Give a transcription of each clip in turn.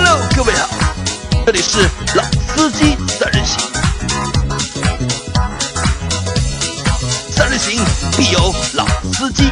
Hello， 各位好，这里是老司机三人行，三人行必有老司机。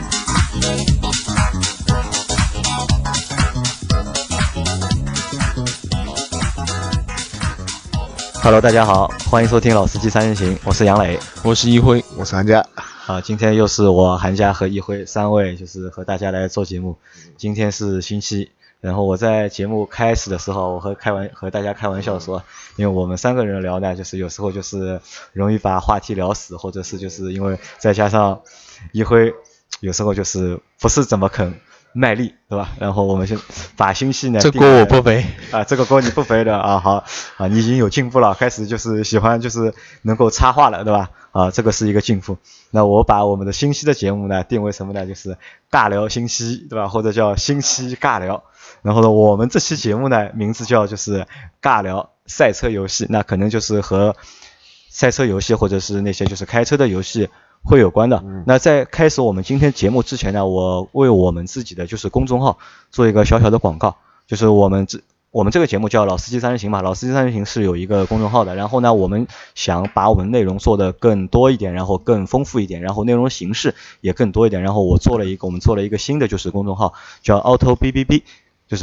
Hello， 大家好，欢迎收听老司机三人行，我是杨磊， 我是一辉， 我是韩佳。 今天又是我韩佳和一辉三位，就是和大家来做节目。今天是星期一，然后我在节目开始的时候，我和大家开玩笑说，因为我们三个人聊呢，就是有时候就是容易把话题聊死，或者是就是因为再加上一辉有时候就是不是怎么肯卖力，对吧？然后我们就把星系呢， 这锅我不背啊，这个锅你不背的啊，好啊，你已经有进步了，开始就是喜欢就是能够插话了，对吧？啊，这个是一个进步。那我把我们的星期的节目呢定为什么呢？就是尬聊星期，对吧？或者叫星期尬聊。然后呢，我们这期节目呢名字叫就是尬聊赛车游戏，那可能就是和赛车游戏或者是那些就是开车的游戏会有关的。那在开始我们今天节目之前呢，我为我们自己的就是公众号做一个小小的广告，就是我们这个节目叫老司机三人行嘛，老司机三人行是有一个公众号的，然后呢我们想把我们内容做得更多一点，然后更丰富一点，然后内容形式也更多一点，然后我们做了一个新的就是公众号叫 Auto BBB， 就是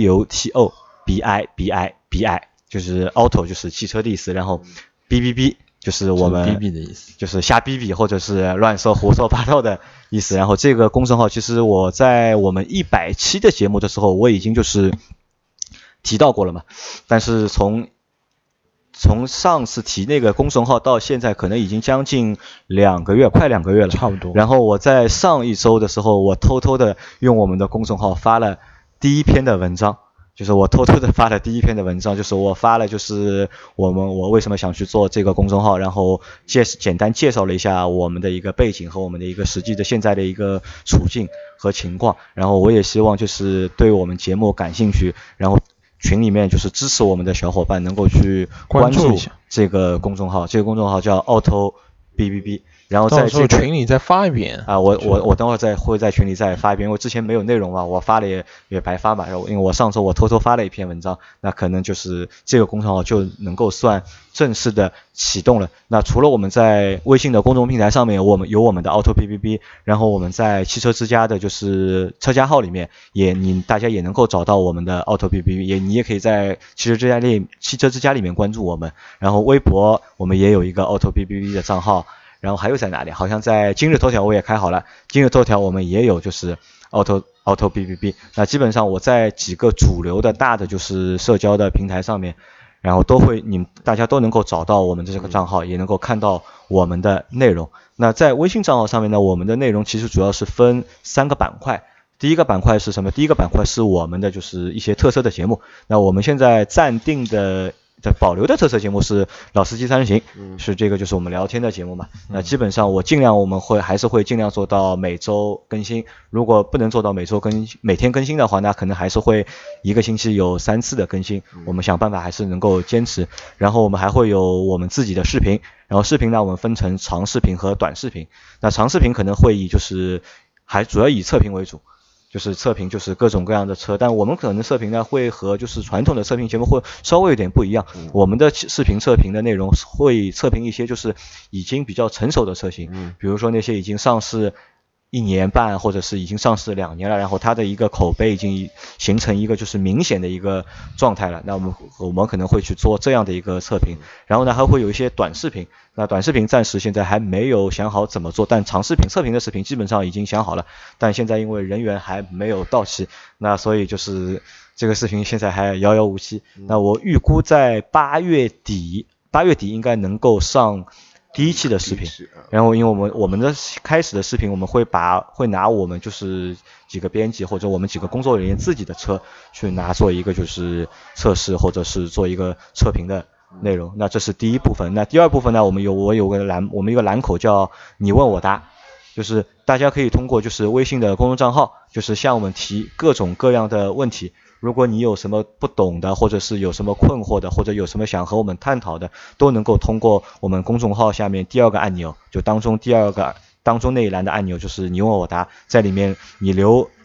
AUTOBIBIBI， 就是 Auto 就是汽车的意思，然后 BBB 就是我们 BB 的意思， 就是瞎逼逼或者是乱说胡说八道的意思。然后这个公众号其实我在我们100期的节目的时候我已经就是提到过了嘛，但是从上次提那个公众号到现在可能已经将近2个月，快2个月了， 差不多。 然后我在上一周的时候，我偷偷的用我们的公众号发了第一篇的文章，就是我偷偷的发了第一篇的文章，就是我发了就是我为什么想去做这个公众号，然后简单介绍了一下我们的一个背景和我们的一个实际的现在的一个处境和情况，然后我也希望就是对我们节目感兴趣，然后群里面就是支持我们的小伙伴能够去关注这个公众号，这个公众号叫 Auto BBB， 然后在这个群里再发一遍啊，我等会儿会在群里再发一遍，因为之前没有内容嘛，我发了也白发嘛，因为我上周我偷偷发了一篇文章，那可能就是这个公众号就能够算正式的启动了。那除了我们在微信的公众平台上面有我们的 Auto BBB， 然后我们在汽车之家的就是车家号里面大家也能够找到我们的 Auto BBB， 你也可以在汽车之家里面关注我们，然后微博我们也有一个 Auto BBB 的账号。然后还有在哪里？好像在今日头条我也开好了，今日头条我们也有就是 Auto BBB。那基本上我在几个主流的大的就是社交的平台上面，然后大家都能够找到我们这个账号，也能够看到我们的内容。那在微信账号上面呢，我们的内容其实主要是分3个板块。第一个板块是什么？第一个板块是我们的就是一些特色的节目。那我们现在暂定的保留的特色节目是老司机三人行，是这个就是我们聊天的节目嘛。那基本上我们还是会尽量做到每周更新，如果不能做到每天更新的话，那可能还是会一个星期有3次的更新，我们想办法还是能够坚持。然后我们还会有我们自己的视频，然后视频呢我们分成长视频和短视频。那长视频可能会还主要以测评为主，就是测评就是各种各样的车，但我们可能测评呢会和就是传统的测评节目会稍微有点不一样。我们的视频测评的内容会测评一些就是已经比较成熟的车型，比如说那些已经上市1年半或者是已经上市2年了，然后它的一个口碑已经形成一个就是明显的一个状态了，那我们可能会去做这样的一个测评。然后呢还会有一些短视频，那短视频暂时现在还没有想好怎么做，但长视频测评的视频基本上已经想好了，但现在因为人员还没有到齐，那所以就是这个视频现在还遥遥无期。那我预估在8月底应该能够上第一期的视频。然后因为我们的开始的视频我们会拿我们就是几个编辑或者我们几个工作人员自己的车去做一个就是测试或者是做一个测评的内容。那这是第一部分。那第二部分呢，我们有一个栏口叫你问我答，就是大家可以通过就是微信的公众账号就是向我们提各种各样的问题，如果你有什么不懂的，或者是有什么困惑的，或者有什么想和我们探讨的，都能够通过我们公众号下面第2个按钮，就当中那一栏的按钮，就是你问我答，在里面你留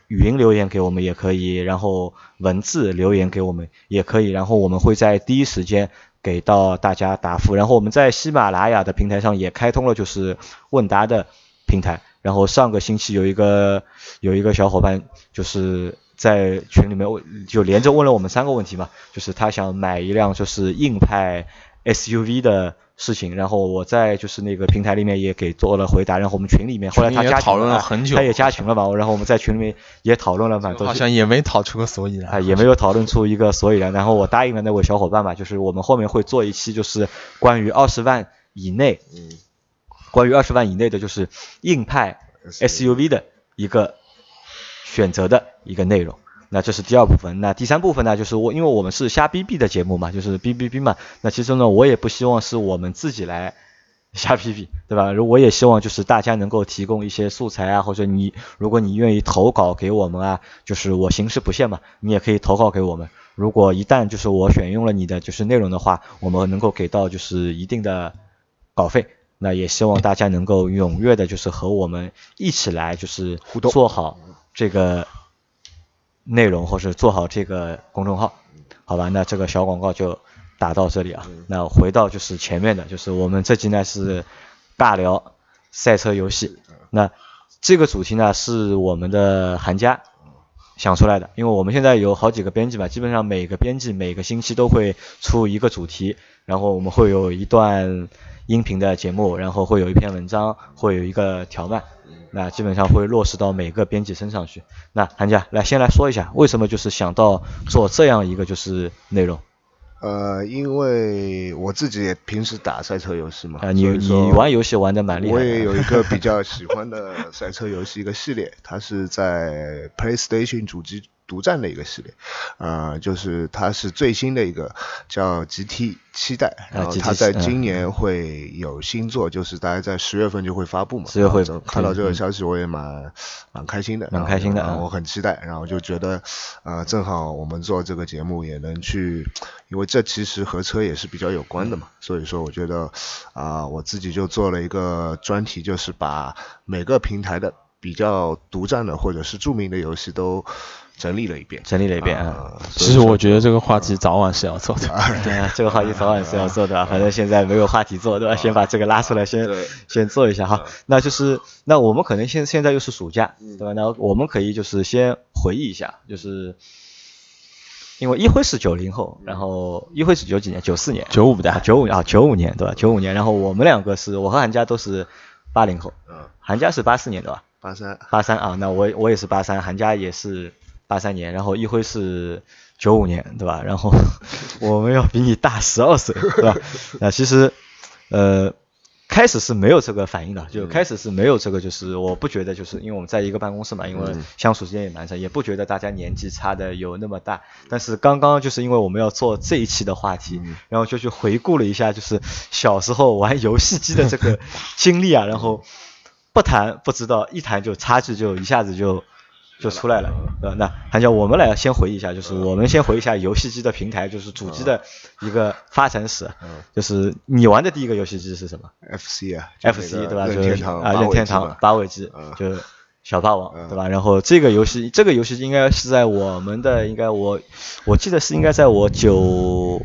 语音留言给我们也可以，然后文字留言给我们也可以，然后我们会在第一时间给到大家答复。然后我们在喜马拉雅的平台上也开通了就是问答的平台，然后上个星期有一个小伙伴就是在群里面就连着问了我们3个问题嘛，就是他想买一辆就是硬派 SUV 的事情，然后我在就是那个平台里面也给做了回答，然后我们群里面后来他加群讨论了很久， 他也加群了嘛，然后我们在群里面也讨论了蛮多， 好像也没讨出个所以然， 也没有讨论出一个所以然。然后我答应了那位小伙伴嘛，就是我们后面会做一期就是关于20万以内，关于20万以内的就是硬派 SUV 的一个选择的一个内容。那这是第2部分。那第3部分呢，就是因为我们是瞎逼逼的节目嘛，就是哔哔哔嘛。那其实呢，我也不希望是我们自己来瞎逼逼，对吧？我也希望就是大家能够提供一些素材啊，或者如果你愿意投稿给我们啊，就是我形式不限嘛，你也可以投稿给我们。如果一旦就是我选用了你的就是内容的话，我们能够给到就是一定的稿费。那也希望大家能够踊跃的就是和我们一起来就是做好这个内容，或是做好这个公众号，好吧？那这个小广告就打到这里啊。那回到就是前面的，就是我们这集呢是尬聊赛车游戏。那这个主题呢是我们的韩家想出来的，因为我们现在有好几个编辑嘛，基本上每个编辑每个星期都会出一个主题，然后我们会有一段音频的节目，然后会有一篇文章，会有一个条漫。那基本上会落实到每个编辑身上去。那韩家先来说一下，为什么就是想到做这样一个就是内容？ 因为我自己也平时打赛车游戏嘛， 你玩游戏玩得蛮厉害的。 我也有一个比较喜欢的赛车游戏一个系列，它是在 PlayStation 主机独占的一个系列，就是它是最新的一个叫 GT 7代，然后它在今年会有新作，就是大概在10月份就会发布嘛。10 月会看到这个消息我也蛮开心的，我很期待，然后就觉得正好我们做这个节目也能去，因为这其实和车也是比较有关的嘛，所以说我觉得我自己就做了一个专题，就是把每个平台的比较独占的或者是著名的游戏都整理了一遍其实我觉得这个话题早晚是要做的。 对啊，这个话题早晚是要做的，反正现在没有话题做，对吧？先把这个拉出来，先做一下哈。那我们可能现在又是暑假，对吧？那我们可以就是先回忆一下，就是因为一辉是90后，然后一辉是九几年？94年 ，95的 ，95年对吧？95年，然后我们2个我和韩家都是80后，韩家是84年对吧？83啊，那我也是83，韩家也是83年，然后一辉是95年，对吧？然后我们要比你大12岁，对吧？那其实开始是没有这个反应的，就开始是没有这个，就是我不觉得，就是因为我们在一个办公室嘛，因为相处时间也蛮长，也不觉得大家年纪差的有那么大。但是刚刚就是因为我们要做这一期的话题，然后就去回顾了一下，就是小时候玩游戏机的这个经历啊，然后不谈不知道，一谈就差距就一下子就出来了。那韩家，我们来先回忆一下，就是我们先回忆一下游戏机的平台，就是主机的一个发展史。就是你玩的第一个游戏机是什么 ？FC 啊 ，FC 对吧？ 任天堂8位机，就小霸王，对吧？然后这个游戏机应该是在我们的，应该我记得是应该在我90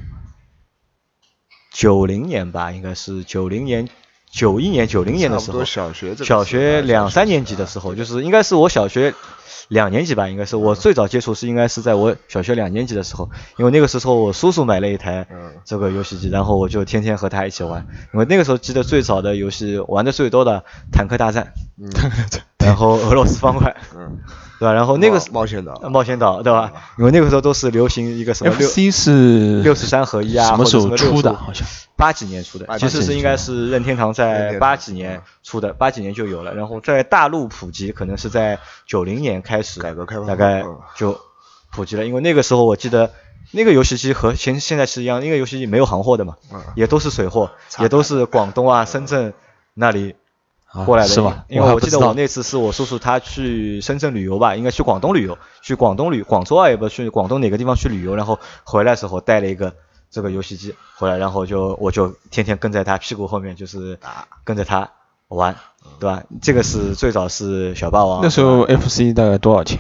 年吧，应该是90年。91年、90年的时候，小学2-3年级的时候，就是应该是我小学2年级吧，应该是我最早接触应该是在我小学2年级的时候，因为那个时候我叔叔买了一台这个游戏机，然后我就天天和他一起玩，因为那个时候记得最早的游戏玩的最多的坦克大战，然后俄罗斯方块，对吧？然后那个冒险岛，对吧？因为那个时候都是流行一个什么 FC 是 63合一啊， 什么时候出的？好像 80几年出的，其实是应该是任天堂在80几年出的，80几年就有了，然后在大陆普及可能是在90年开始， 改革开放大概就普及了。因为那个时候我记得那个游戏机和现在是一样，那个游戏机没有行货的嘛，也都是水货，也都是广东啊、深圳那里过来的， 是吧？ 因为我记得我那次是我叔叔他去深圳旅游吧，应该去广州旅游，广州啊，也不去广东哪个地方去旅游，然后回来的时候带了一个这个游戏机回来，然后我就天天跟在他屁股后面，就是跟着他玩，对吧？这个是最早是小霸王。 那时候 FC 大概多少钱？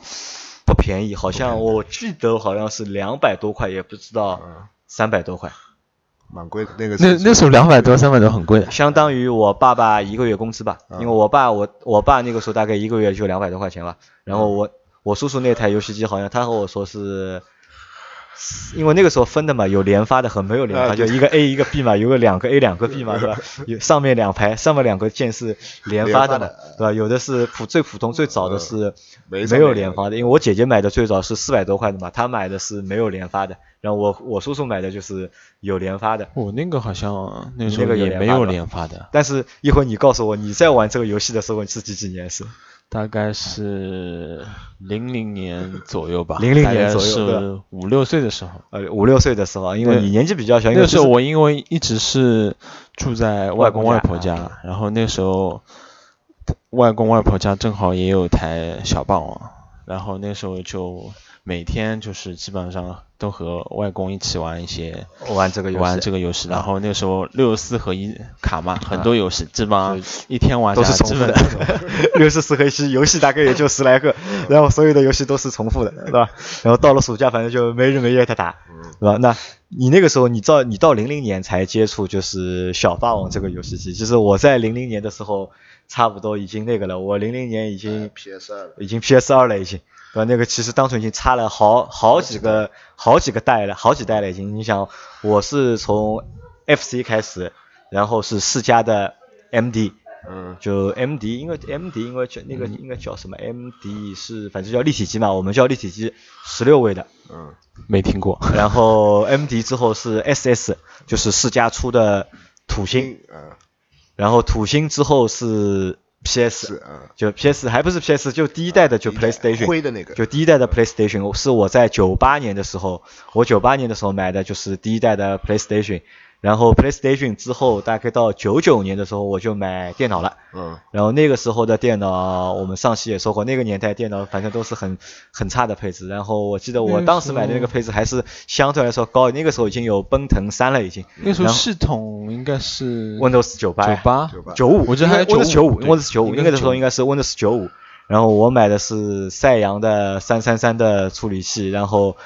不便宜，好像我记得好像是200多块，也不知道300多块。 蛮贵的，那时候200多300多很贵的， 相当于我爸爸1个月工资吧，因为我爸那个时候大概1个月就200多块钱吧，然后我叔叔那台游戏机好像他和我说是，因为那个时候分的嘛，有连发的和没有连发，就一个 A 一个 B 嘛，有个2个 A 2个 B 嘛，对吧？上面2排，上面2个键是连发的嘛，对吧？有的是最普通最早的是没有连发的，因为我姐姐买的最早是400多块的嘛，她买的是没有连发的，然后我叔叔买的就是有连发的。 我那个好像那时候也没有连发的。 但是一会儿你告诉我你在玩这个游戏的时候是几年是？ 大概是00年左右吧 ，00年左右， 是5、6岁的时候。 5、6岁的时候，因为你年纪比较小。 那个时候我因为一直是住在外公外婆家，然后那时候外公外婆家正好也有台小霸王，然后那时候就每天就是基本上都和外公一起玩这个游戏，然后那时候64合一卡嘛，很多游戏基本上一天玩下来都是重复的，64合一游戏大概也就10来个，然后所有的游戏都是重复的，对吧？然后到了暑假反正就没日没夜的打，对吧？那你那个时候你到00年才接触就是小霸王这个游戏机，其实我在00年的时候差不多已经那个了，我00年已经 PS2 了已经。对吧？那个其实当初已经差了好几代了，好几代了已经。你想，我是从 FC 开始，然后是世嘉的 MD，就 MD， 因为那个应该叫什么 MD 是反正叫立体机嘛，我们叫立体机16位的， 没听过。 然后 MD 之后是 SS， 就是世嘉出的土星，然后土星之后是。PS 就 PS 还不是 PS， 就第一代的就 PlayStation， 灰的那个， 就第一代的 PlayStation 是我在98年的时候买的，就是第一代的 PlayStation， 然后 PlayStation 之后大概到99年的时候我就买电脑了，然后那个时候的电脑我们上期也说过，那个年代电脑反正都是很差的配置，然后我记得我当时买的那个配置还是相对来说高，那个时候已经有奔腾3了已经， 那时候系统应该是 Windows 95， 我觉得还是 Windows 那个时候应该是 Windows 95，然后我买的是赛扬的333的处理器，然后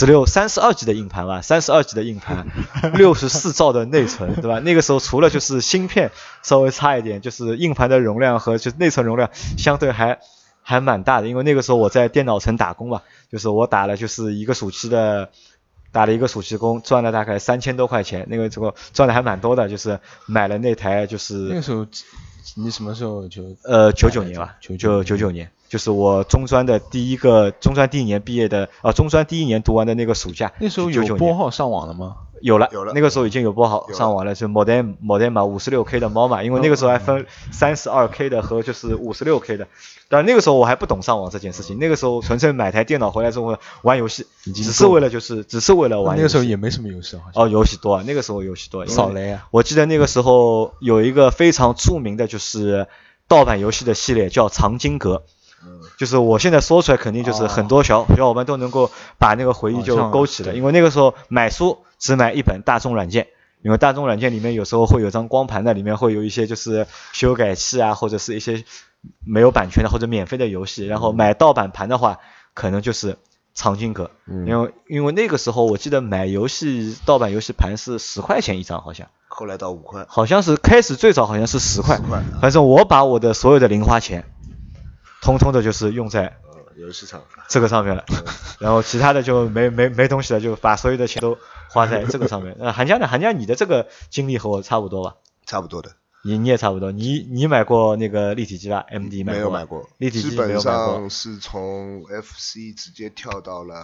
32 G 的硬盘吧，32 G 的硬盘，64兆的内存，对吧？那个时候除了就是芯片稍微差一点，就是硬盘的容量和就是内存容量相对还蛮大的，因为那个时候我在电脑城打工嘛，就是我打了一个暑期工，赚了大概3000多块钱，那个时候赚的还蛮多的，就是买了那台就是那个时候你什么时候就 99年吧，99年，就是我中专第一年毕业的中专第一年读完的那个暑假。 那时候有拨号上网了吗？ 有了，那个时候已经有拨号上网了，就 modem 嘛，56K 的猫嘛，因为那个时候还分32K 的和就是 56K 的。但那个时候我还不懂上网这件事情，那个时候纯粹买台电脑回来之后玩游戏，只是为了玩游戏。 那个时候也没什么游戏好像。游戏多啊，那个时候游戏多。 扫雷啊！ 我记得那个时候有一个非常著名的就是盗版游戏的系列叫藏经阁。就是我现在说出来肯定就是很多小伙伴都能够把那个回忆就勾起了，因为那个时候买书只买一本大众软件，因为大众软件里面有时候会有张光盘的，里面会有一些就是修改器啊，或者是一些没有版权的或者免费的游戏，然后买盗版盘的话可能就是藏经阁，因为那个时候我记得买盗版游戏盘是10块钱一张好像， 后来到5块， 好像是开始最早好像是10块，反正我把我的所有的零花钱通通的就是用在游戏场这个上面了，然后其他的就没东西了，就把所有的钱都花在这个上面。寒假你的这个经历和我差不多吧？ 差不多的。 你也差不多，你买过那个立体机吧 ？MD 没有买过， 立体机没有买过。基本上是从 FC 直接跳到了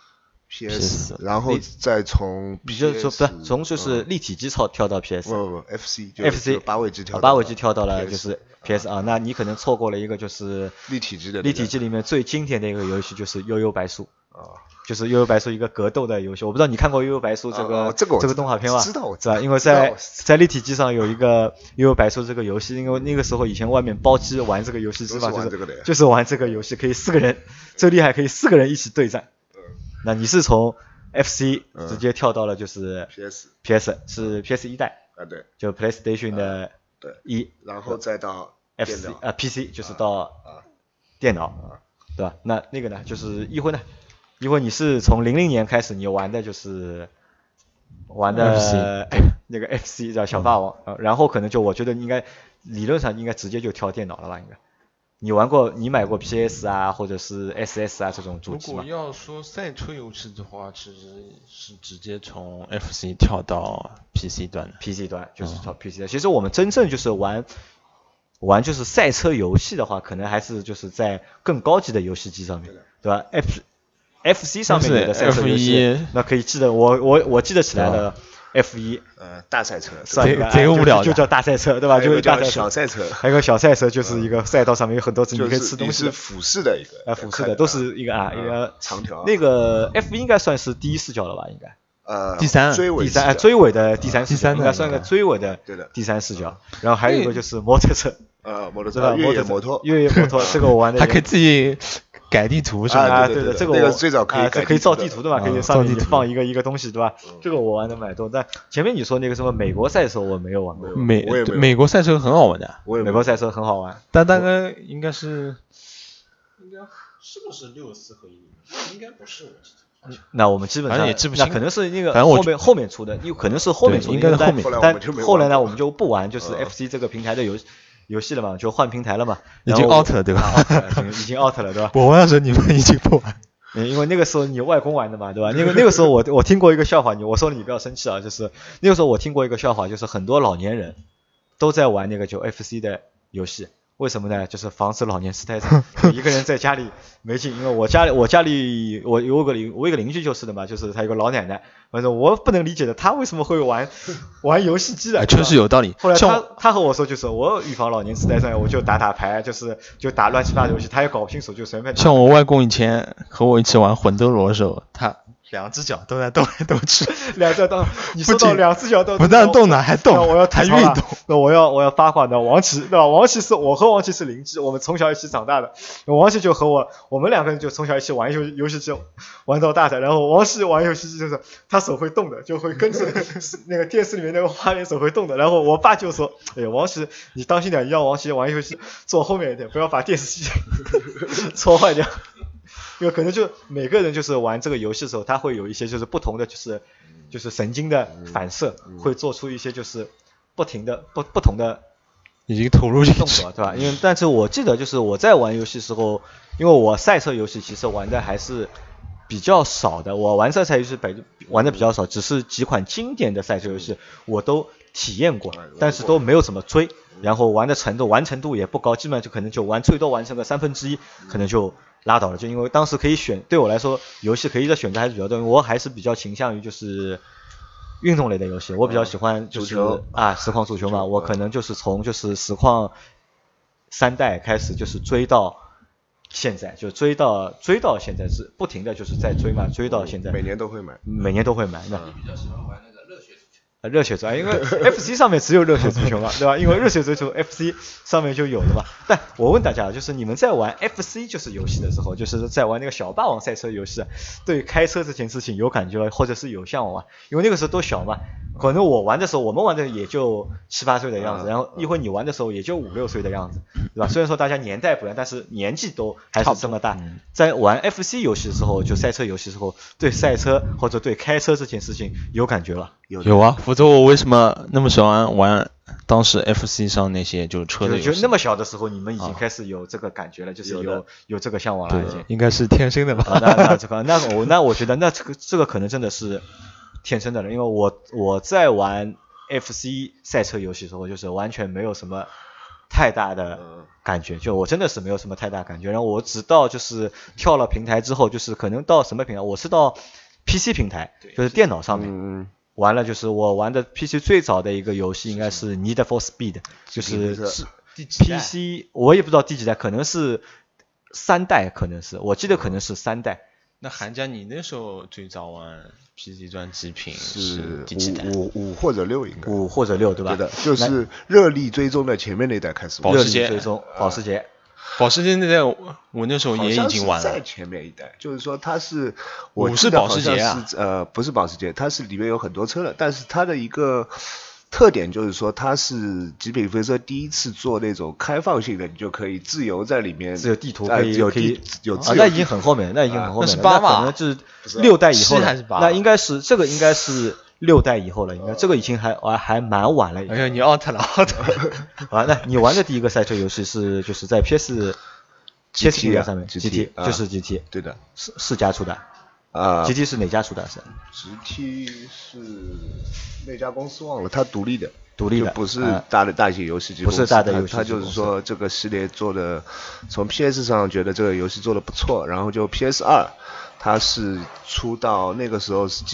PS， 然后再从 PS， 从就是立体机跳到 PS， 不 FC 就8位机跳到了就是 PS 啊，那你可能错过了一个就是立体机里面最经典的一个游戏就是悠悠白书就是悠悠白书一个格斗的游戏，我不知道你看过悠悠白书这个动画片吗？ 知道， 因为在立体机上有一个悠悠白书这个游戏，因为那个时候以前外面包机玩这个游戏是吧？就是玩这个游戏，可以4个人，最厉害可以4个人一起对战。那你是从 FC 直接跳到了就是 PS 是 PS 1代对， 就 PlayStation 的 1，然后再到 PC 就是到电脑对吧？那个呢，就是一辉呢，一辉你是从00年开始你玩的就是玩的那个 FC 叫小霸王，然后可能就我觉得应该理论上应该直接就跳电脑了吧，应该。你买过 PS 啊，或者是 SS 啊这种主机吗？ 如果要说赛车游戏的话，其实是直接从 FC 跳到 PC 端的。 PC 端就是从 PC 端。其实我们真正就是玩就是赛车游戏的话，可能还是就是在更高级的游戏机上面，对吧？FC 上面有的赛车游戏，那可以记得我记得起来的。F1 大赛车， 贼无聊， 就叫大赛车，对吧？就是大小赛车， 还有个小赛车，就是一个赛道上面有很多只你可以吃东西的， 是俯视的一个， 俯视的都是一个长条。 那个 F1 应该算是第一视角了吧？应该第三追尾的第三视角，应该算个追尾的第三视角。然后还有一个就是摩托车， 摩托车，越野摩托， 这个我玩的还可以自己改地图是吧？对的，这个那个最早可以造地图的嘛，可以上面放一个东西，对吧？这个我玩的蛮多。但前面你说那个什么美国赛车我没有玩过， 美国赛车很好玩的， 美国赛车很好玩。 但大概应该是不是64合一？应该不是，我记得。 那我们基本上也记不清， 那可能是那个后面出的，可能是后面出的， 应该是后面。 但后来呢，我们就不玩就是 FC 这个平台的游戏了嘛，就换平台了嘛， 已经 out 了对吧？ 已经 out 了对吧？ 我玩的时候你们已经不玩， 因为那个时候你外公玩的嘛，对吧？那个时候我听过一个笑话，我说你不要生气啊，就是那个时候我听过一个笑话，就是很多老年人都在玩那个就 FC 的游戏。为什么呢？就是防止老年痴呆症，一个人在家里没劲。因为我家里我有一个邻居就是的嘛，就是他有个老奶奶，反正我不能理解的，他为什么会玩游戏机的？ 确实有道理。 后来他和我说，就是我预防老年痴呆症，我就打牌，就打乱七八糟游戏，他也搞不清楚，就随便打。 像我外公以前和我一起玩魂斗罗的时候，他两只脚都在动来动去， 你说到两只脚都不但动呢还动， 我要还运动。 那我要八卦的王琦，对吧？王琦是我和王琦是邻居，我们从小一起长大的。王琦就和我们两个人就从小一起玩游戏机玩到大的。然后王琦玩游戏机就是他手会动的，就会跟着那个电视里面那个画面手会动的。然后我爸就说：“哎，王琦你当心点，你让王琦玩游戏坐后面一点，不要把电视机戳坏掉。”因为可能就每个人就是玩这个游戏的时候，他会有一些就是不同的就是神经的反射，会做出一些就是不同的已经投入进去动作，对吧？但是我记得就是我在玩游戏时候，因为我赛车游戏其实玩的还是比较少的，我玩赛车游戏玩的比较少，只是几款经典的赛车游戏我都体验过，但是都没有怎么追，然后玩成度也不高，基本上就可能就最多完成个1/3，可能就拉倒了。就因为当时可以对我来说游戏可以的选择还是比较多，我还是比较倾向于就是运动类的游戏，我比较喜欢就是实况足球嘛，我可能就是从就是实况3代开始就是追到现在，就追到现在，是不停的就是在追嘛，追到现在每年都会买。 那你比较喜欢玩那个热血足球？ 热血足球，因为 FC 上面只有热血足球嘛，对吧？因为热血足球 FC 上面就有的嘛。但我问大家，就是你们在玩 FC 就是游戏的时候，就是在玩那个小霸王赛车游戏，对开车这件事情有感觉或者是有向往吗？因为那个时候都小嘛，可能我玩的时候，我们玩的也就7、8岁的样子，然后一会你玩的时候也就5、6岁的样子，对吧？虽然说大家年代不一样，但是年纪都还是这么大。在玩 FC 游戏的时候，就赛车游戏的时候，对赛车或者对开车这件事情有感觉吧？ 有啊，否则我为什么那么喜欢玩当时 FC 上那些就是车的游戏？ 就那么小的时候，你们已经开始有这个感觉了，就是有这个向往了，已经应该是天生的吧？ 那我觉得这个可能真的是天生的了，因为我在玩 FC 赛车游戏的时候，就是完全没有什么太大的感觉，就我真的是没有什么太大感觉。然后我直到就是跳了平台之后，就是可能到什么平台，我是到 PC 平台，就是电脑上面。玩了，就是我玩的 PC 最早的一个游戏应该是 Need for Speed， 就是 PC 我也不知道第几代，可能是3代，可能是我记得可能是3代。 那韩家你那时候最早玩 PC 专极品是第几代 ？5或者6应该。 5或者6对吧？ 对的，就是热力追踪的前面那代开始玩。 热力追踪，保时捷。 保时捷那代我那时候也已经玩了， 在前面一代，就是说它是我是保时捷啊， 不是保时捷，它是里面有很多车的，但是它的一个特点就是说它是极品飞车第一次做那种开放性的，你就可以自由在里面， 自由地图可以有那已经很后面，那已经很后面了， 那是8嘛， 那可能是6代以后还是8， 那应该是这个应该是6代以后了，应该这个已经还蛮晚了。 哎呀，你 out 了啊，那你玩的第一个赛车游戏是就是在 PS 平台上面 GT 就是 GT， 对的， 是家出的。GT 是哪家出的 ？GT 是那家公司忘了，它独立的， 就不是大型游戏机公司， 不是大的游戏机公司， 它就是说这个系列做的，从 PS 上觉得这个游戏做的不错，然后就 PS2，它是出到那个时候是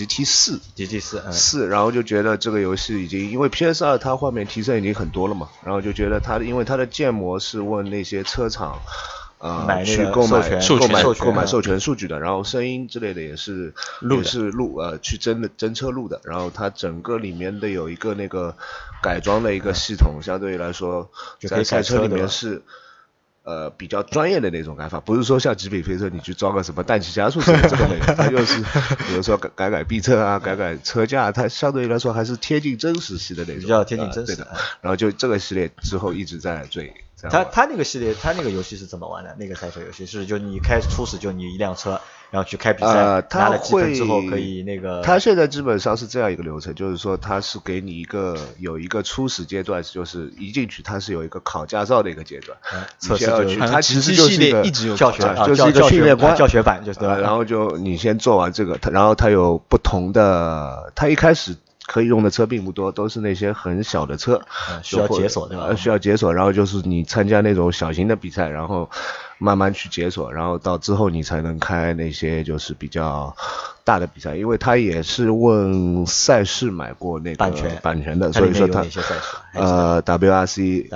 GT4，然后就觉得这个游戏已经，因为 PS2 它画面提升已经很多了嘛，然后就觉得因为它的建模是问那些车厂。去购买授权数据的，然后声音之类的也是录去侦测录的，然后它整个里面的有一个那个改装的一个系统，相对于来说在赛车里面是比较专业的那种改法，不是说像极品飞车你去装个什么氮气加速之类的这个没有，它就是比如说改避侧啊，改车架，它相对于来说还是贴近真实系的那种， 比较贴近真实的。然后就这个系列之后一直在追。 他那个系列，他那个游戏是怎么玩的？那个赛车游戏是就你初始就你一辆车，然后去开比赛，拿了积分之后可以那个。 他现在基本上是这样一个流程，就是说他是给你有一个初始阶段，就是一进去他是有一个考驾照的一个阶段， 测试就他其实就是一个教学， 就是一个训练班教学版，就是然后就你先做完这个，然后他有不同的，他一开始。可以用的车并不多，都是那些很小的车， 需要解锁对吧？ 需要解锁，然后就是你参加那种小型的比赛，然后慢慢去解锁，然后到之后你才能开那些就是比较大的比赛，因为他也是问赛事买过那个版权的，所以说他WRC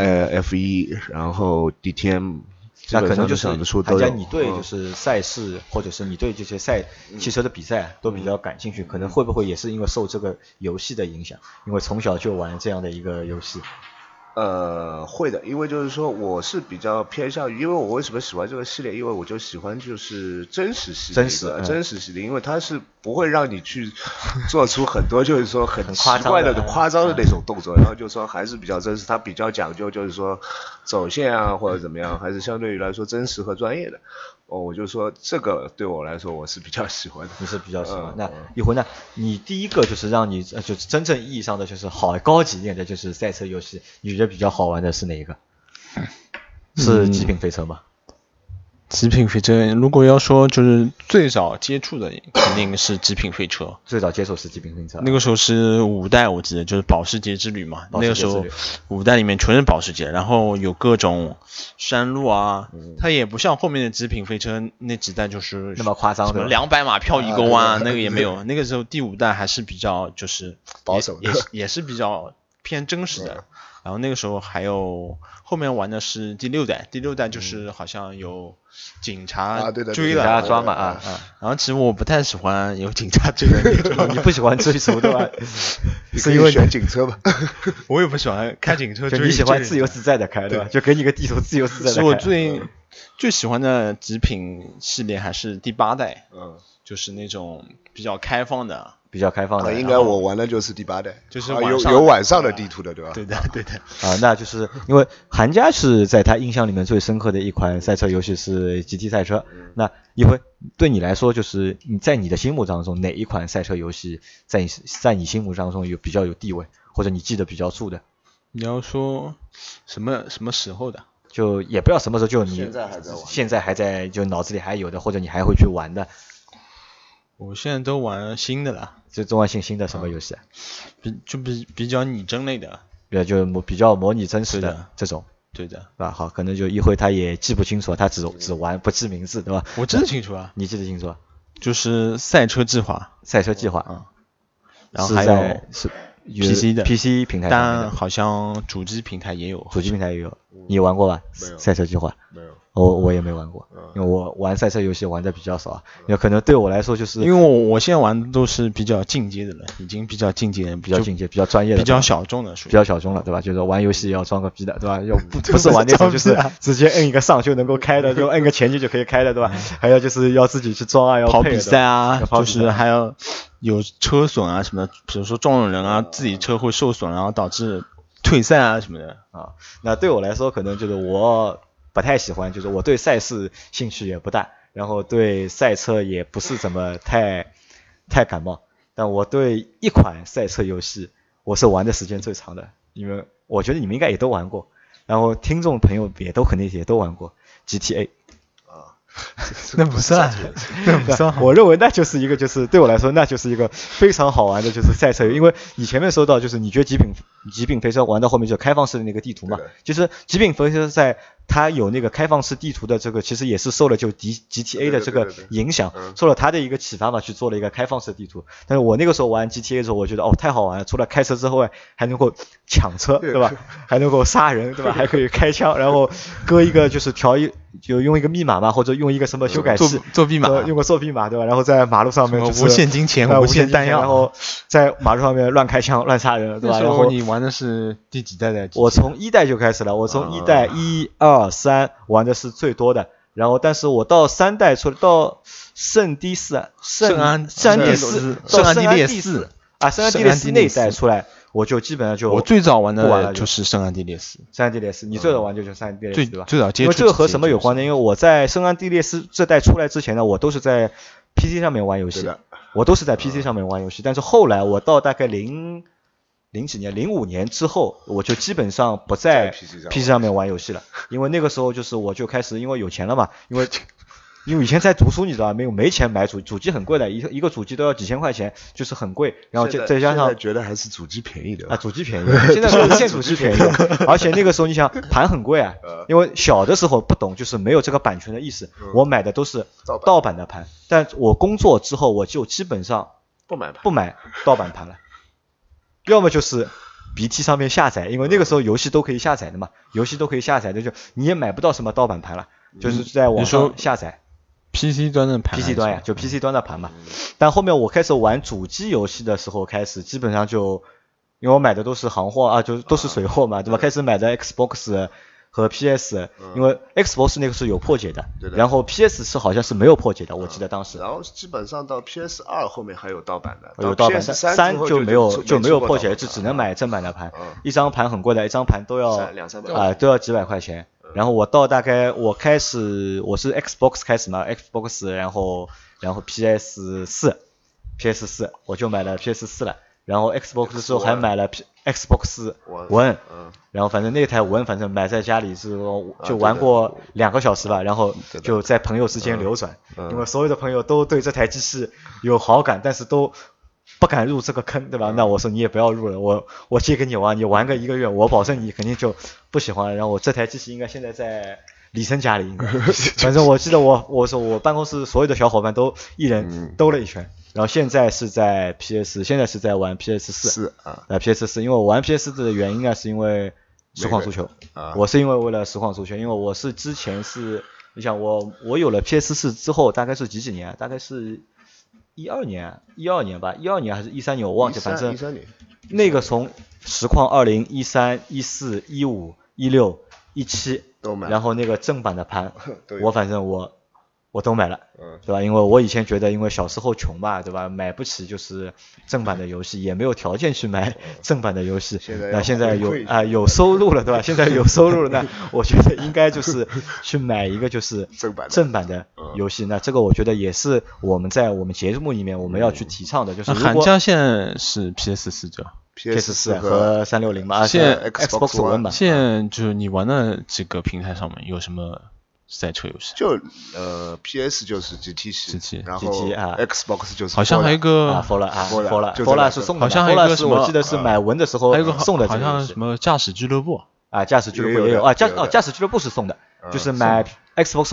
F1，然后 DTM。 那可能就是大家你对就是赛事或者是你对这些汽车的比赛都比较感兴趣，可能会不会也是因为受这个游戏的影响，因为从小就玩这样的一个游戏。 会的，因为就是说我是比较偏向于，因为我为什么喜欢这个系列，因为我就喜欢就是真实系列，因为它是不会让你去做出很多就是说很奇怪的夸张的那种动作，然后就是说还是比较真实，它比较讲究就是说走线啊或者怎么样，还是相对于来说真实和专业的。我就说这个对我来说我是比较喜欢的。 你是比较喜欢。那一回呢，你第一个就是让你就是真正意义上的就是高级一点的就是赛车游戏，你觉得比较好玩的是哪一个？是极品飞车吗？ 极品飞车，如果要说就是最早接触的，肯定是极品飞车。 最早接触是极品飞车。 那个时候是5代，我记得就是保时捷之旅嘛。那个时候5代里面全是保时捷，然后有各种山路啊，它也不像后面的极品飞车那几代就是那么夸张的 ，200码漂移沟啊，那个也没有。那个时候第5代还是比较就是保守的， 也是比较偏真实的。然后那个时候还有后面玩的是第6代，第6代就是好像有警察追了， 警察抓嘛啊。 然后其实我不太喜欢有警察追的那种， 你不喜欢追逐对吧？ 是因为选警车吧？ 我也不喜欢开警车追， 就你喜欢自由自在的开对吧？就给你个地图自由自在的开。 是我最喜欢的极品系列还是第8代，就是那种比较开放的。 应该我玩的就是第8代， 就是有晚上的地图的，对吧？ 对的。 那就是因为韩家是在他印象里面最深刻的一款赛车游戏是 GT 赛车。那一回对你来说，就是你在你的心目当中哪一款赛车游戏在你心目当中比较有地位，或者你记得比较住的？ 你要说什么时候的？ 就也不要什么时候，就你现在还在就脑子里还有的，或者你还会去玩的。 我现在都玩新的了。 就中玩新的什么游戏啊？ 比较拟真类的， 比较模拟真实的这种。 对的， 吧？好，可能就一会他也记不清楚，他只玩不记名字，对吧？ 我记得清楚啊。 你记得清楚啊？ 就是赛车计划。 然后还有是 PC 平台， 但好像主机平台也有。 你玩过吧？ 没有。 赛车计划没有。 我也没玩过，因为我玩赛车游戏玩的比较少，因为可能对我来说就是因为我现在玩的都是比较进阶的了，已经比较进阶， 比较专业的， 比较小众的， 比较小众了，对吧？就是玩游戏要装个逼的，对吧？要不是玩那种就是直接摁一个上就能够开的，就摁个前进就可以开的，对吧？还要就是要自己去装啊，要跑比赛啊，就是还要有车损啊什么的，比如说撞了人啊，自己车会受损，然后导致退赛啊什么的啊。那对我来说，可能就是我不太喜欢，就是我对赛事兴趣也不大，然后对赛车也不是怎么太感冒。但我对一款赛车游戏我是玩的时间最长的，因为我觉得你们应该也都玩过，然后听众朋友也都肯定也都玩过 GTA。 那不算， 我认为那就是一个，就是对我来说那就是一个非常好玩的，就是赛车。因为你前面说到，就是你觉得极品飞车玩到后面就开放式的那个地图嘛，就是极品飞车在它有那个开放式地图的这个，其实也是受了就 GTA 的这个影响，受了它的一个启发嘛，去做了一个开放式地图。但是我那个时候玩 GTA 的时候，我觉得太好玩了，除了开车之后还能够抢车，对吧？还能够杀人，对吧？还可以开枪，然后搁一个就是就用一个密码嘛，或者用一个什么修改器作弊码， 用个作弊码，对吧？然后在马路上面就是无限金钱、无限弹药， 然后在马路上面乱开枪、乱杀人，对吧？然后你玩的是第几代的？ 我从1代就开始了，我从1代1、2、3玩的是最多的，然后但是我到3代到圣安地列斯啊，圣安地列斯那一代出来。我就基本上就我最早玩的就是圣安地列斯， 你最早玩就是圣安地列斯，对吧？ 最早接触。 因为这个和什么有关呢？因为我在圣安地列斯这代出来之前呢，我都是在 PC 上面玩游戏，我都是在 PC 上面玩游戏。但是后来我到大概05年之后，我就基本上不在 PC 上面玩游戏了，因为那个时候就是我就开始因为有钱了嘛，因为以前在读书，你知道吧？没钱买主机很贵的，一个主机都要几千块钱，就是很贵。然后再加上现在觉得还是主机便宜的啊，主机便宜，现在无线主机便宜，而且那个时候你想盘很贵啊，因为小的时候不懂，就是没有这个版权的意识，我买的都是盗版的盘。但我工作之后，我就基本上不买盗版盘了，要么就是BT 上面下载，因为那个时候游戏都可以下载的嘛，就你也买不到什么盗版盘了，就是在网上下载。 PC 端的盘 ，PC 端呀，就 PC 端的盘嘛。但后面我开始玩主机游戏的时候，开始基本上就，因为我买的都是行货啊，就都是水货嘛，对吧？开始买的 Xbox 和 PS，因为 Xbox 那个是有破解的，然后 PS 是好像是没有破解的，我记得当时。 然后基本上到 PS2 后面还有盗版的， 有盗版的，3就没有破解，就只能买正版的盘，一张盘很贵的，一张盘都要200-300都要几百块钱。然后我是 Xbox 开始嘛 ，Xbox， 然后 PS4，我就买了 PS4了，然后 Xbox 之后还买了 Xbox One，然后反正那台One反正买在家里就玩过2个小时吧，然后就在朋友之间流转，因为所有的朋友都对这台机器有好感，但是都不敢入这个坑，对吧？那我说你也不要入了，我借给你玩，你玩个1个月，我保证你肯定就不喜欢。然后我这台机器应该现在在李生家里，反正我记得我说我办公室所有的小伙伴都一人兜了一圈。然后现在是在玩 PS4 PS4， 因为我玩 PS4 的原因呢，是因为实况足球，我是因为为了实况足球，因为我是之前是，你想我有了 PS4 之后，大概是几年，大概是12年吧，12年还是13年我忘记，反正 13年那个从实况20、13、14、15、16、17 都买， 然后那个正版的盘，我反正我都买了，对吧？因为我以前觉得，因为小时候穷吧，对吧？买不起就是正版的游戏，也没有条件去买正版的游戏。那现在有收入了，对吧？现在有收入了，那我觉得应该就是去买一个就是正版的游戏。那这个我觉得也是我们在我们节目里面我们要去提倡的，就是寒假现在是 PS4 就。 PS4 和360嘛， 现在 Xbox One 吧。 现在就是你玩的几个平台上面有什么赛车游戏？ 就PS 就是 GT 系，然后 Xbox 就是好像还有一个 Forla 是送的， 好像还有一个什么我记得是买文的时候送的， 好像什么驾驶俱乐部啊，驾驶俱乐部也有啊，驾驶俱乐部是送的，就是买 Xbox One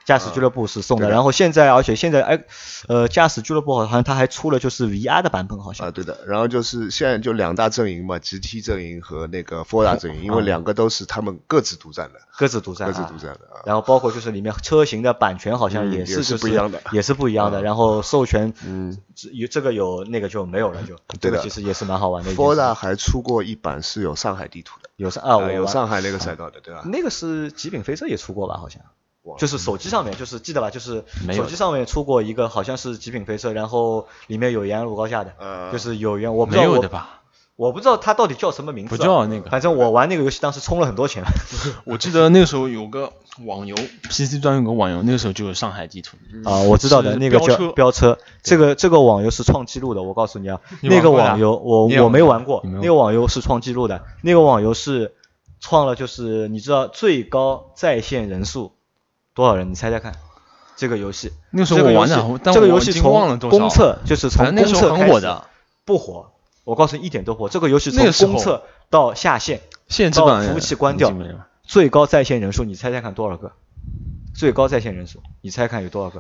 驾驶俱乐部是送的，然后而且现在驾驶俱乐部好像它还出了就是 VR 的版本好像。 对的。然后就是现在就2大阵营嘛 ，GT 阵营和那个 Forza 阵营，因为2个都是他们各自独占的。然后包括就是里面车型的版权好像也是不一样的， 也是不一样的。然后授权这个有那个就没有了就。这个其实也是蛮好玩的。 Forza 还出过一版是有上海地图的。有上海那个赛道的，对吧？ 那个是极品飞车也出过吧，好像。就是手机上面，就是记得吧？就是手机上面出过一个，好像是极品飞车，然后里面有延安路高架的，就是有延，我不知道没有的吧？ 我不知道它到底叫什么名字。 不叫那个。 反正我玩那个游戏当时充了很多钱。 我记得那个时候有个网游 ，PC 端有个网游，那个时候就有上海地图。 我知道的，那个叫飙车。这个网游是创纪录的，我告诉你啊，那个网游我没玩过，那个网游是创纪录的，那个网游是创了就是你知道最高在线人数。多少人？你猜猜看，这个游戏。 那个时候我玩的， 这个游戏从公测就是从公测开始不火，我告诉你一点都不火。这个游戏从公测到下线，到服务器关掉，最高在线人数，你猜猜看多少个？最高在线人数，你猜看有多少个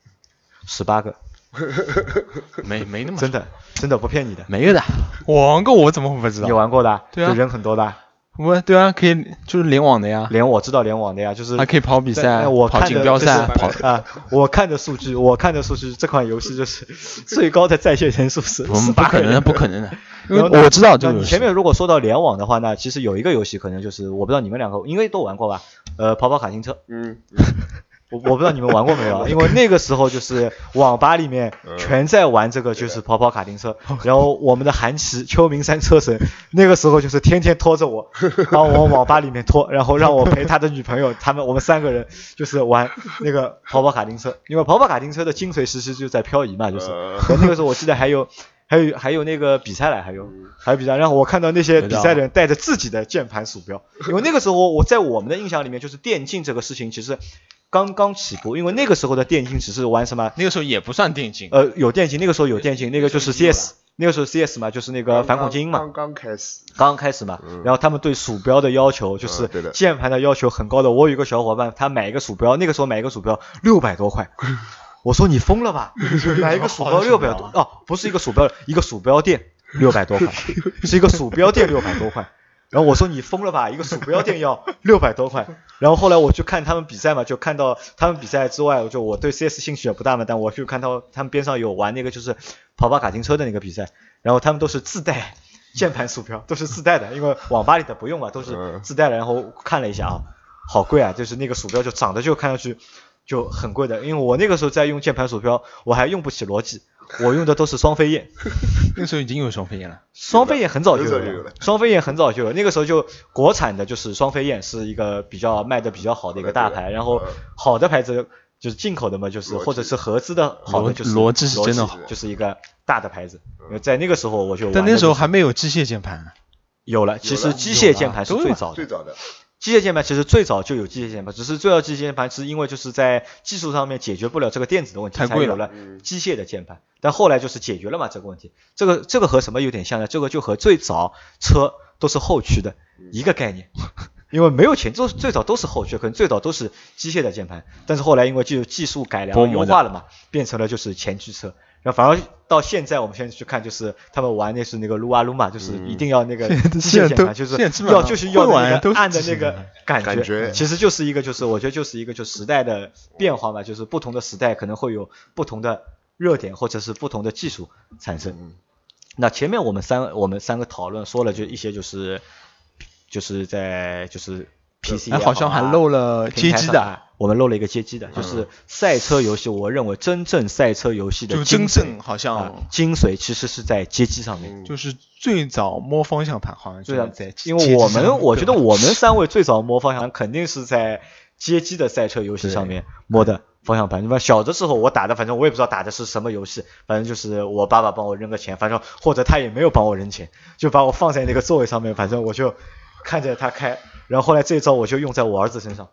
？18个。 没那么真的不骗你的。 没有的，我玩过，我怎么会不知道？ 你玩过的？ 对啊， 就人很多的。 对啊，可以就是联网的呀。 我知道联网的呀，就是还可以跑比赛，跑锦标赛， 我看的数据，这款游戏就是最高的在线人数是18个人。 不可能的，因为我知道这个游戏。 前面如果说到联网的话，那其实有一个游戏可能就是我不知道你们两个应该都玩过吧？跑跑卡丁车。我不知道你们玩过没有，因为那个时候就是网吧里面全在玩这个就是跑跑卡丁车，然后我们的韩琦秋名山车神那个时候就是天天拖着我，然后往网吧里面拖，然后让我陪他的女朋友，我们3个人就是玩那个跑跑卡丁车，因为跑跑卡丁车的精髓其实就在漂移嘛，就是那个时候我记得还有那个比赛来，还有比赛，然后我看到那些比赛的人带着自己的键盘鼠标，因为那个时候我在我们的印象里面就是电竞这个事情其实刚刚起步，因为那个时候的电竞只是玩什么？ 那个时候也不算电竞。 有电竞，那个时候有电竞，那个就是 CS， 那个时候 CS 嘛，就是那个反恐精英嘛。刚开始嘛，然后他们对鼠标的要求就是键盘的要求很高的。我有一个小伙伴，他买一个鼠标，那个时候买一个鼠标600多块。我说你疯了吧？买一个鼠标600多？不是一个鼠标，一个鼠标垫600多块，是一个鼠标垫600多块。然后我说你疯了吧，一个鼠标垫要600多块。然后后来我去看他们比赛嘛，就看到他们比赛之外，我对 CS 兴趣也不大嘛，但我就看到他们边上有玩那个就是跑跑卡丁车的那个比赛，然后他们都是自带键盘鼠标，都是自带的，因为网吧里的不用嘛，都是自带的。然后看了一下啊，好贵啊，就是那个鼠标就长得就看上去就很贵的，因为我那个时候在用键盘鼠标，我还用不起罗技，我用的都是双飞燕。 那个时候已经有双飞燕了。 双飞燕很早就有了，双飞燕很早就有了。那个时候就国产的就是双飞燕是一个卖的比较好的一个大牌，然后好的牌子就是进口的嘛，就是或者是合资的好的就是罗技是真的好， 就是一个大的牌子。因为在那个时候我就玩， 但那时候还没有机械键盘。 有了，其实机械键盘是最早的。机械键盘其实最早就有机械键盘，只是最早机械键盘是因为就是在技术上面解决不了这个电子的问题，才有了机械的键盘。但后来就是解决了嘛这个问题。这个和什么有点像呢？这个就和最早车都是后驱的一个概念。因为没有钱，最早都是后驱，可能最早都是机械的键盘，但是后来因为就技术改良优化了嘛，变成了就是前驱车。然后反而到现在，我们现在去看，就是他们玩的是那个撸啊撸嘛，就是一定要那个机械键盘，就是要那个按的那个感觉，其实就是一个就是我觉得就是一个就时代的变化嘛，就是不同的时代可能会有不同的热点或者是不同的技术产生。那前面我们三个讨论说了就一些就是在就是 PC 好像还漏了街机的， 我们漏了一个街机的，就是赛车游戏。我认为真正赛车游戏的精髓其实是在街机上面， 就是最早摸方向盘好像就在因为我觉得我们3位最早摸方向盘肯定是在街机的赛车游戏上面摸的方向盘。小的时候我打的，反正我也不知道打的是什么游戏，反正就是我爸爸帮我扔个钱，反正或者他也没有帮我扔钱，就把我放在那个座位上面，反正我就看着他开。然后后来这一招我就用在我儿子身上，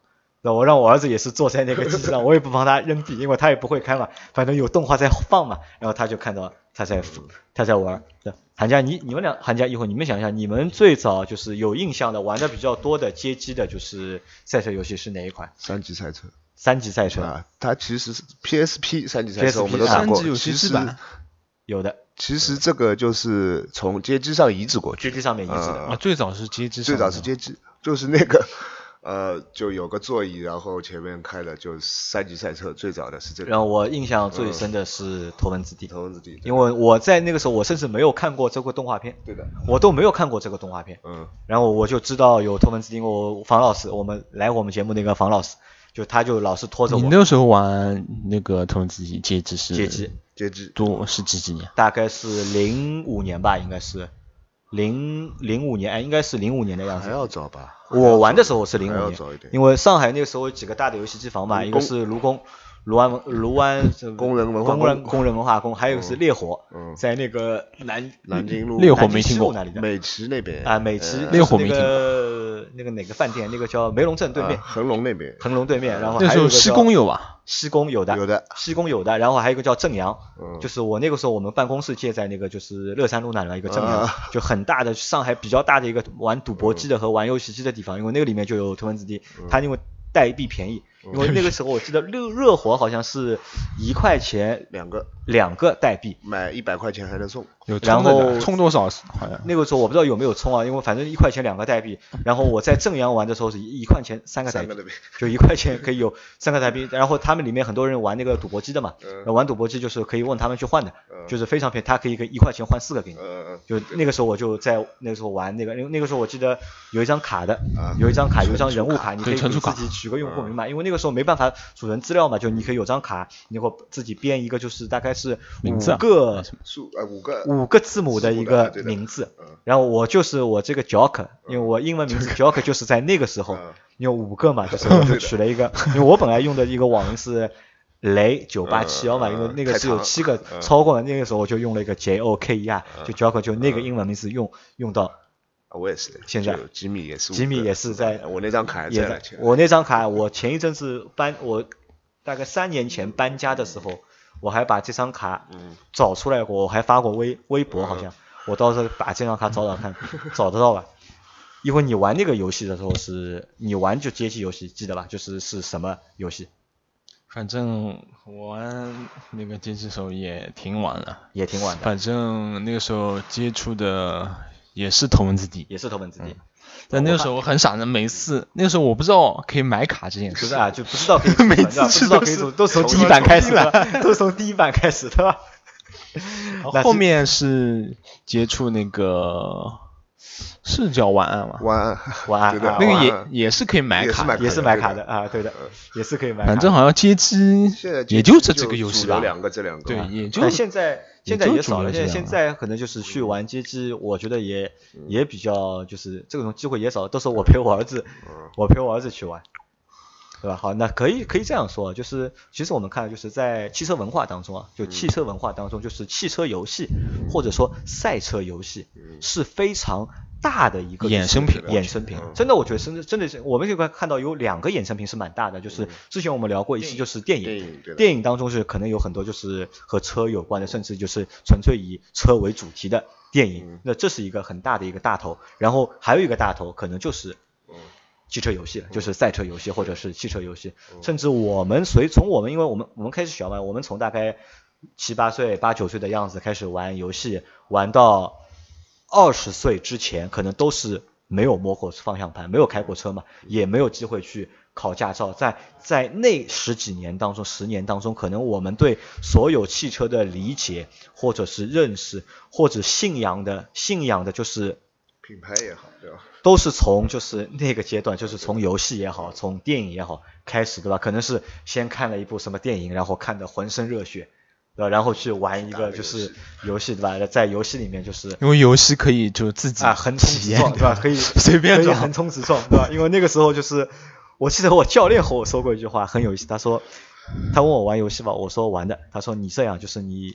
我让我儿子也是坐在那个机器上，我也不帮他扔笔，因为他也不会开嘛，反正有动画在放嘛，然后他就看到他在玩。寒假你们俩寒假以后，你们想一下，你们最早就是有印象的玩的比较多的街机的就是赛车游戏是哪一款 ？3级赛车。 3级赛车啊，它其实是 PSP 3级赛车，我们都打过。 3级有其实有的。 其实这个就是从街机上移植过去。 街机上面移植的。 最早是街机上。 最早是街机，就是那个。就有个座椅，然后前面开的就是3级赛车，最早的是这个。 然后我印象最深的是头文字 D， 头文字 D， 因为我在那个时候我甚至没有看过这个动画片， 对的， 我都没有看过这个动画片，然后我就知道有头文字 D， 因为我房老师，我们节目那个房老师，就他就老是拖着我。 你那时候玩那个头文字 D 街机是？ 街机多是几年？ 大概是05年吧，应该是。05年，应该是05年的样子。 还要早吧？ 我玩的时候是05年， 还要早一点。 因为上海那个时候有几个大的游戏机房嘛，一个是卢湾工人文化宫，还有是烈火，在那个南京路烈火没听过那里的美琪那边啊，美琪烈火没听过。 那个哪个饭店？那个叫梅龙镇对面， 恒隆那边， 恒隆对面，然后那时候西宫有吧？ 西宫有的，西宫有的，然后还有一个叫正阳，就是我那个时候我们办公室借在那个就是乐山路那里一个正阳，就很大的上海比较大的一个玩赌博机的和玩游戏机的地方，因为那个里面就有头文字 D， 它因为代币便宜，因为那个时候我记得热火好像是1块钱两个代币， 买100块钱还能送。 然后充多少？好像那个时候我不知道有没有充啊，因为反正1块钱2个代币。然后我在正阳玩的时候是1块钱3个代币，就1块钱可以有3个代币。然后他们里面很多人玩那个赌博机的嘛，玩赌博机就是可以问他们去换的，就是非常便宜，他可以1块钱换4个给你。就那个时候我就在那个时候玩那个，那个时候我记得有一张卡的，有一张人物卡，你可以自己取个用户名嘛，因为那个时候没办法储存资料嘛，就你可以有张卡，你会自己编一个，就是大概是5个字母的一个名字，然后我这个 Joker， 因为我英文名字 Joker 就是在那个时候有5个嘛，就是我就取了一个，因为我本来用的一个网名是雷9871嘛，因为那个是有7个超过了，那个时候我就用了一个 JOKER， 就 Joker 就那个英文名字用到。 我也是的， 现在吉米也是在我那张卡还在我那张卡我前一阵子我大概3年前搬家的时候。我还把这张卡找出来过，我还发过微博，好像我到时候把这张卡找看，找得到吧？一会儿你玩那个游戏的时候你玩就街机游戏，记得吧？是什么游戏？ 反正我玩那个街机时候也挺晚的。 反正那个时候接触的也是头文字 D。但那个时候我很傻的，每次那个时候我不知道可以买卡这件事， 就不知道可以每次不知道可以都从第一版开始的，都从第一版开始的吧。 后面是接触那个是叫晚安吗？ 晚安， 那个也是可以买卡， 也是买卡的啊，对的，也是可以买卡。 反正好像街机也就这个游戏吧， 这两个， 对，也就现在也少了，现在可能就是去玩街机，我觉得也比较就是这种机会也少，都是我陪我儿子去玩，对吧？好，那可以这样说，就是其实我们看就是在汽车文化当中啊，就是汽车游戏或者说赛车游戏是非常大的一个衍生品， 真的，我觉得真的是我们可以看到有2个衍生品是蛮大的，就是之前我们聊过一期，就是电影当中是可能有很多就是和车有关的，甚至就是纯粹以车为主题的电影，那这是一个很大的一个大头，然后还有一个大头可能就是汽车游戏了，就是赛车游戏或者是汽车游戏，甚至我们因为我们开始小嘛，我们从大概7、8岁、8、9岁的样子开始玩游戏，玩到20岁之前，可能都是没有摸过方向盘，没有开过车嘛，也没有机会去考驾照。在那10年当中，可能我们对所有汽车的理解，或者是认识，或者信仰的，就是品牌也好，对吧？ 都是从就是那个阶段，就是从游戏也好，从电影也好开始，对吧？可能是先看了一部什么电影，然后看得浑身热血，对吧？然后去玩一个就是游戏，对吧？在游戏里面就是因为游戏可以就自己横冲直撞，对吧？可以随便横冲直撞，对吧？因为那个时候就是我记得我教练和我说过一句话很有意思，他问我玩游戏吧，我说玩的，他说你这样就是你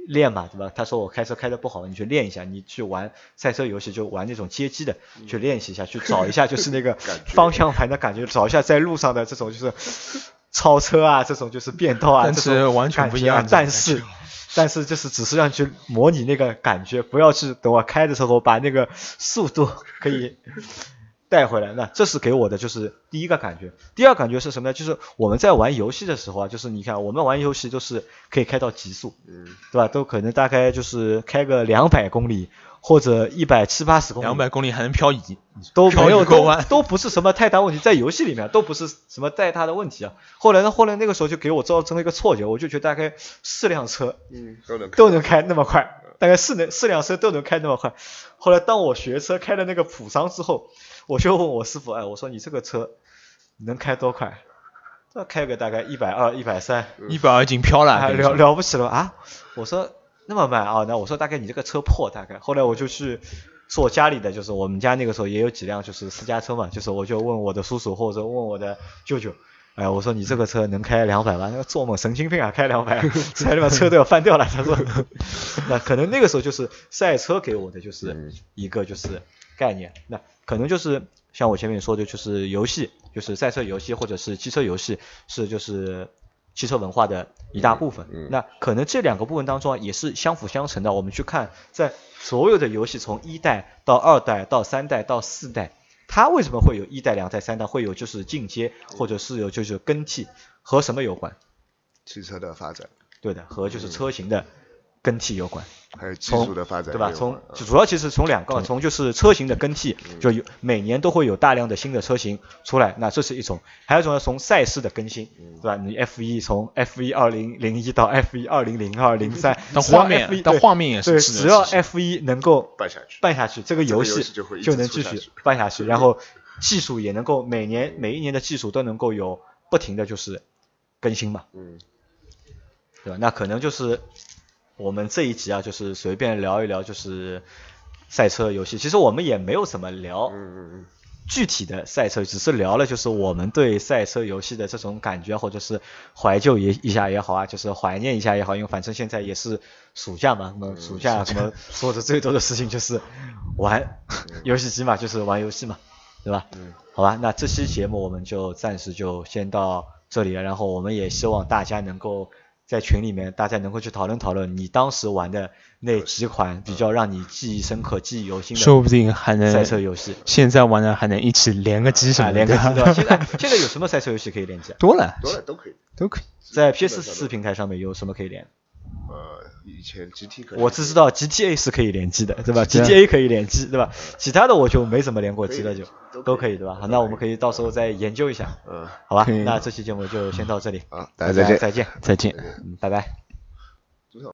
练嘛，对吧？他说我开车开的不好，你去练一下，你去玩赛车游戏就玩那种街机的，去练习一下，去找一下就是那个方向盘的感觉，找一下在路上的这种就是超车啊，这种就是变道啊， 但是完全不一样。 但是就是只是让你去模拟那个感觉，不要去等我开的时候把那个速度可以带回来。那这是给我的就是第一个感觉。第二感觉是什么呢？就是我们在玩游戏的时候啊，就是你看我们玩游戏都是可以开到极速，对吧？都可能大概就是开个200公里或者170-180公里 ，200公里还能漂移， 都没有都不是什么太大问题，在游戏里面都不是什么太大的问题啊。后来那个时候就给我造成了一个错觉，我就觉得大概4辆车都能开那么快，大概4辆车都能开那么快。后来当我学车开了那个普桑之后，我就问我师傅，我说你这个车能开多快？这开个大概120、130，120 已经飘了， 了不起了啊！我说那么慢啊，那我说大概你这个车破大概。后来我就去做家里的，就是我们家那个时候也有几辆就是私家车嘛，就是我就问我的叔叔或者问我的舅舅，我说你这个车能开200吗？那做梦，神经病啊，开200，才他妈车都要翻掉了。他说，那可能那个时候就是赛车给我的就是一个就是概念，那可能就是像我前面说的，就是游戏，就是赛车游戏或者是汽车游戏，是就是汽车文化的一大部分。那可能这2个部分当中也是相辅相成的。我们去看，在所有的游戏从1代到2代到3代到4代，它为什么会有1代、2代、3代，会有就是进阶或者是有就是更替，和什么有关？ 汽车的发展。 对的，和就是车型的更替有关。 还有技术的发展， 对吧？主要其实从2个，从就是车型的更替，就每年都会有大量的新的车型出来，那这是一种；还有一种呢，从赛事的更新，对吧？你 F1 从 F1 2001到 F1 2002、03， 到画面也是， 对，只要 F1 能够办下去，这个游戏就能继续办下去，然后技术也能够每一年的技术都能够有不停的就是更新嘛，对吧？那可能就是我们这一集啊，就是随便聊一聊，就是赛车游戏。其实我们也没有什么聊具体的赛车，只是聊了就是我们对赛车游戏的这种感觉，或者是怀旧一下也好啊，就是怀念一下也好。因为反正现在也是暑假嘛，那么暑假什么做的最多的事情就是玩游戏机嘛，就是玩游戏嘛，对吧？好吧，那这期节目我们就暂时就先到这里了。然后我们也希望大家能够在群里面大家能够去讨论你当时玩的那几款比较让你记忆深刻、记忆犹新的， 说不定还能赛车游戏。 现在玩的还能一起连个机什么的。 连个机对吧？现在有什么赛车游戏可以连机？ 多了都可以。 在 PS4 平台上面有什么可以连？ 以前 GT 可以。 我只知道 GTA 是可以联机的，对吧 ？GTA 可以联机，对吧？其他的我就没怎么连过机了，就都可以，对吧？好，那我们可以到时候再研究一下。好吧，那这期节目就先到这里。 大家再见。 再见， 拜拜。